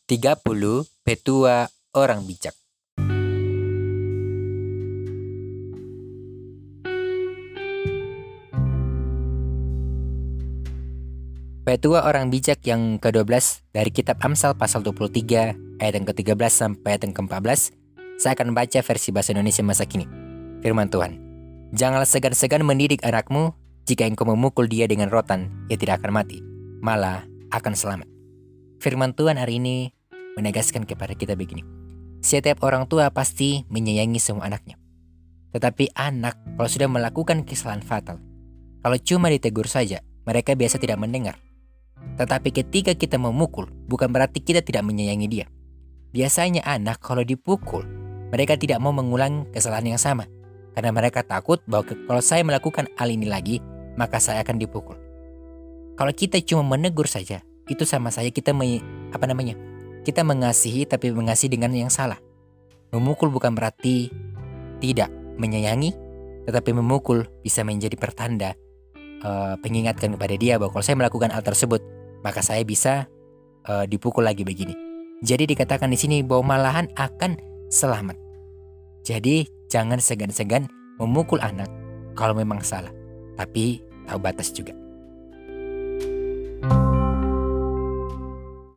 30 petua orang bijak. Petua orang bijak yang ke-12 dari kitab Amsal pasal 23 ayat yang ke-13 sampai ayat yang ke-14. Saya akan baca versi bahasa Indonesia masa kini. Firman Tuhan, "Janganlah segan-segan mendidik anakmu. Jika engkau memukul dia dengan rotan, ia tidak akan mati, malah akan selamat." Firman Tuhan hari ini menegaskan kepada kita begini. Setiap orang tua pasti menyayangi semua anaknya. Tetapi anak kalau sudah melakukan kesalahan fatal, kalau cuma ditegur saja, mereka biasa tidak mendengar. Tetapi ketika kita memukul, bukan berarti kita tidak menyayangi dia. Biasanya anak kalau dipukul, mereka tidak mau mengulang kesalahan yang sama. Karena mereka takut bahwa kalau saya melakukan hal ini lagi, maka saya akan dipukul. Kalau kita cuma menegur saja, itu sama saja kita kita mengasihi tapi mengasihi dengan yang salah. Memukul bukan berarti tidak menyayangi, tetapi memukul bisa menjadi pertanda pengingatkan kepada dia bahwa kalau saya melakukan hal tersebut, maka saya bisa dipukul lagi begini. Jadi dikatakan di sini bahwa malahan akan selamat. Jadi jangan segan-segan memukul anak kalau memang salah, tapi tahu batas juga.